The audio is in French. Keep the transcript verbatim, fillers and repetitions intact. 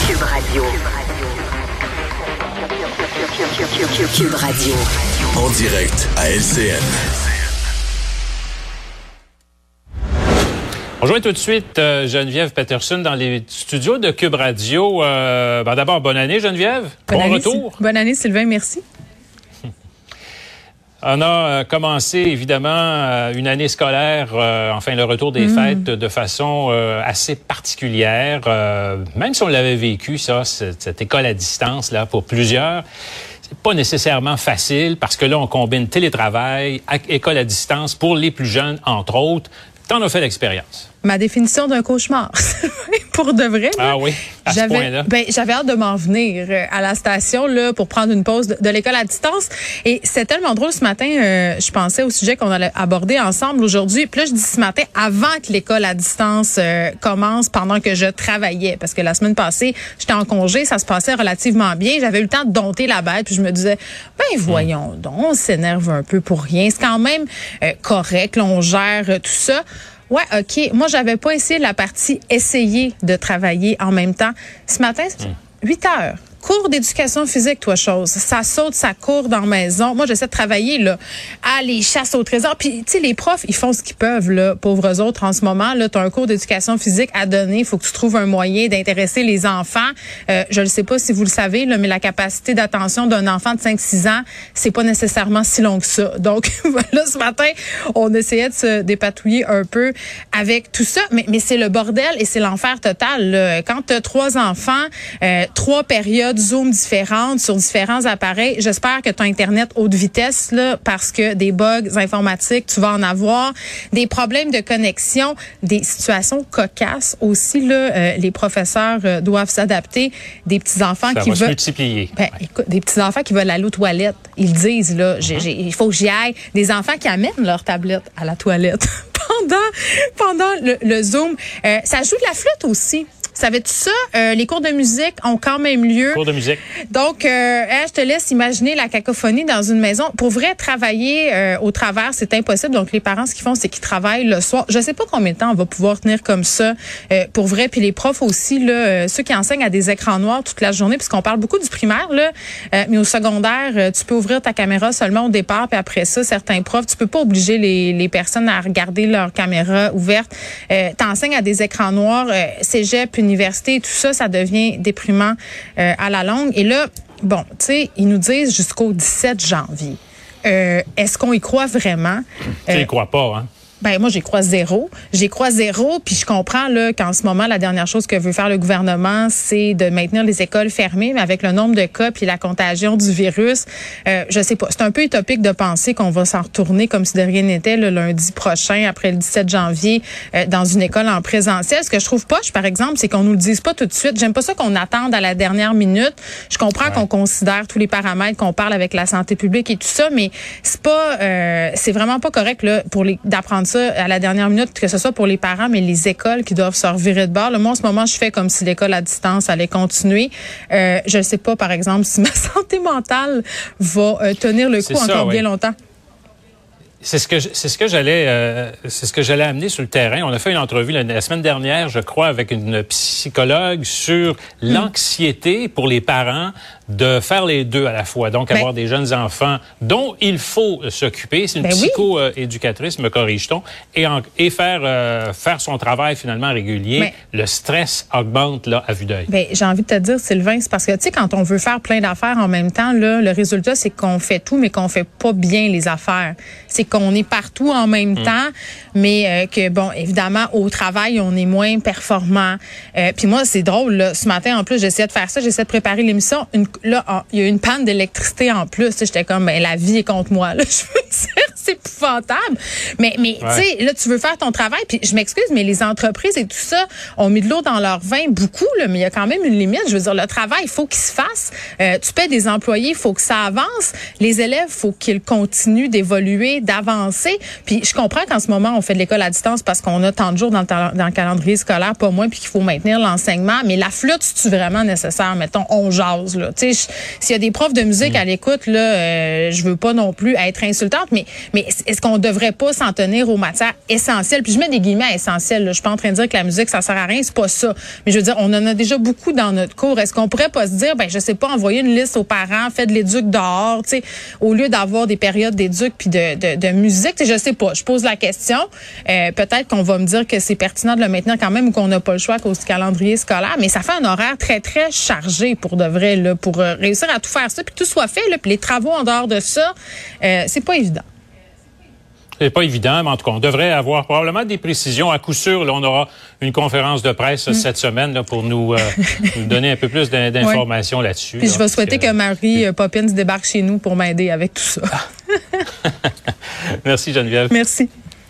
Cube Radio. Cube Radio. En direct à L C N. On rejoint tout de suite euh, Geneviève Peterson dans les studios de Cube Radio. Euh, ben d'abord, bonne année Geneviève. Bonne bon année, retour. Sy- bonne année Sylvain, merci. On a euh, commencé évidemment euh, une année scolaire, euh, enfin le retour des mmh. fêtes de façon euh, assez particulière. Euh, même si on l'avait vécu, ça, cette, cette école à distance là pour plusieurs. C'est pas nécessairement facile parce que là, on combine télétravail, école à distance pour les plus jeunes, entre autres. T'en as fait l'expérience. Ma définition d'un cauchemar, pour de vrai. Là, ah oui, à j'avais, ce point-là. Ben, j'avais hâte de m'en venir à la station là pour prendre une pause de, de l'école à distance. Et c'est tellement drôle ce matin, euh, je pensais au sujet qu'on allait aborder ensemble aujourd'hui. Puis là, je dis ce matin, avant que l'école à distance euh, commence, pendant que je travaillais. Parce que la semaine passée, j'étais en congé, ça se passait relativement bien. J'avais eu le temps de dompter la bête. Puis je me disais, ben voyons mmh. donc, on s'énerve un peu pour rien. C'est quand même euh, correct, là, on gère euh, tout ça. Ouais, OK. Moi, j'avais pas essayé la partie essayer de travailler en même temps. Ce matin, c'est huit heures. Cours d'éducation physique, toi, chose. Ça saute, ça court dans la maison. Moi, j'essaie de travailler, là, à les chasses au trésor. Puis, tu sais, les profs, ils font ce qu'ils peuvent, là, pauvres autres, en ce moment. Là, t'as un cours d'éducation physique à donner. Il faut que tu trouves un moyen d'intéresser les enfants. Euh, je ne sais pas si vous le savez, là, mais la capacité d'attention d'un enfant de cinq six ans, c'est pas nécessairement si long que ça. Donc, voilà, ce matin, on essayait de se dépatouiller un peu avec tout ça. Mais, mais c'est le bordel et c'est l'enfer total, là. Quand t'as trois enfants, euh, trois périodes Zoom différentes sur différents appareils. J'espère que tu as Internet haute vitesse là, parce que des bugs informatiques, tu vas en avoir. Des problèmes de connexion, des situations cocasses aussi. Là, euh, les professeurs euh, doivent s'adapter. Des petits-enfants Ça qui va veulent... se multiplier. Ben, écoute, des petits-enfants qui veulent aller aux toilettes. Ils disent, là, j'ai, j'ai, il faut que j'y aille. Des enfants qui amènent leur tablette à la toilette pendant, pendant le, le Zoom. Euh, ça joue de la flûte aussi. Savais-tu ça? Euh, les cours de musique ont quand même lieu. Cours de musique. Donc, euh, hein, je te laisse imaginer la cacophonie dans une maison. Pour vrai, travailler euh, au travers, c'est impossible. Donc, les parents, ce qu'ils font, c'est qu'ils travaillent le soir. Je sais pas combien de temps on va pouvoir tenir comme ça. Euh, pour vrai, puis les profs aussi, là, euh, ceux qui enseignent à des écrans noirs toute la journée, puisqu'on parle beaucoup du primaire, là, euh, mais au secondaire, euh, tu peux ouvrir ta caméra seulement au départ, puis après ça, certains profs, tu peux pas obliger les, les personnes à regarder leur caméra ouverte. Euh, t'enseignes à des écrans noirs, euh, cégep, université, tout ça, ça devient déprimant euh, à la longue. Et là, bon, tu sais, ils nous disent jusqu'au dix-sept janvier. Euh, est-ce qu'on y croit vraiment? Tu euh, y crois pas, hein? Ben moi j'y crois zéro. J'y crois zéro, puis je comprends là qu'en ce moment la dernière chose que veut faire le gouvernement, c'est de maintenir les écoles fermées, mais avec le nombre de cas puis la contagion du virus, euh, je sais pas. C'est un peu utopique de penser qu'on va s'en retourner comme si de rien n'était le lundi prochain après le dix-sept janvier euh, dans une école en présentiel. Ce que je trouve poche, par exemple, c'est qu'on nous le dise pas tout de suite. J'aime pas ça qu'on attende à la dernière minute. Je comprends ouais. qu'on considère tous les paramètres, qu'on parle avec la santé publique et tout ça, mais c'est pas, euh, c'est vraiment pas correct là pour les d'apprendre ça à la dernière minute, que ce soit pour les parents, mais les écoles qui doivent se revirer de bord. Là, moi, en ce moment, je fais comme si l'école à distance allait continuer. Euh, je ne sais pas, par exemple, si ma santé mentale va euh, tenir le coup ça, encore oui. bien longtemps. C'est ce que je, c'est ce que j'allais euh, c'est ce que j'allais amener sur le terrain. On a fait une entrevue la, la semaine dernière, je crois, avec une psychologue sur mmh. l'anxiété pour les parents de faire les deux à la fois. Donc, ben, avoir des jeunes enfants dont il faut s'occuper. C'est une ben psycho-éducatrice, oui. me corrige-t-on, et, en, et faire euh, faire son travail finalement régulier. Ben, le stress augmente là à vue d'œil. Ben, j'ai envie de te dire, Sylvain, c'est parce que tu sais, quand on veut faire plein d'affaires en même temps, là, le résultat c'est qu'on fait tout, mais qu'on fait pas bien les affaires. C'est qu'on est partout en même mmh. temps, mais euh, que bon, évidemment, au travail, on est moins performant. Euh, Puis moi, c'est drôle. Là, ce matin, en plus, j'essayais de faire ça, j'essayais de préparer l'émission. Une, là, il y a eu une panne d'électricité en plus. J'étais comme, ben la vie est contre moi. Là, je veux dire, c'est épouvantable. Mais, mais ouais. tu sais, là, tu veux faire ton travail. Puis je m'excuse, mais les entreprises et tout ça ont mis de l'eau dans leur vin beaucoup. Là, mais il y a quand même une limite. Je veux dire, le travail, il faut qu'il se fasse. Euh, tu paies des employés, il faut que ça avance. Les élèves, il faut qu'ils continuent d'évoluer, d'avancer. Puis je comprends qu'en ce moment, on fait de l'école à distance parce qu'on a tant de jours dans le, ta- dans le calendrier scolaire, pas moins, puis qu'il faut maintenir l'enseignement. Mais la flûte, c'est-tu vraiment nécessaire? Mettons, on jase, là. Tu sais, s'il y a des profs de musique mmh. à l'écoute, là, euh, je veux pas non plus être insultante, mais, mais Mais est-ce qu'on devrait pas s'en tenir aux matières essentielles? Puis je mets des guillemets à essentielles. Là. Je suis pas en train de dire que la musique, ça sert à rien. C'est pas ça. Mais je veux dire, on en a déjà beaucoup dans notre cours. Est-ce qu'on pourrait pas se dire, ben je sais pas, envoyer une liste aux parents, faites de l'éduc dehors, tu sais, au lieu d'avoir des périodes d'éduc puis de, de, de musique. Tu sais, je sais pas. Je pose la question. Euh, peut-être qu'on va me dire que c'est pertinent de le maintenir quand même ou qu'on n'a pas le choix à cause du calendrier scolaire. Mais ça fait un horaire très, très chargé pour de vrai, là, pour euh, réussir à tout faire ça puis que tout soit fait, là, puis les travaux en dehors de ça, euh, c'est pas évident. C'est pas évident, mais en tout cas, on devrait avoir probablement des précisions. À coup sûr, là, on aura une conférence de presse mm. cette semaine là, pour nous, euh, nous donner un peu plus d'informations ouais. là-dessus. Puis là, je vais souhaiter que, que Marie euh, Poppins débarque chez nous pour m'aider avec tout ça. Merci Geneviève. Merci.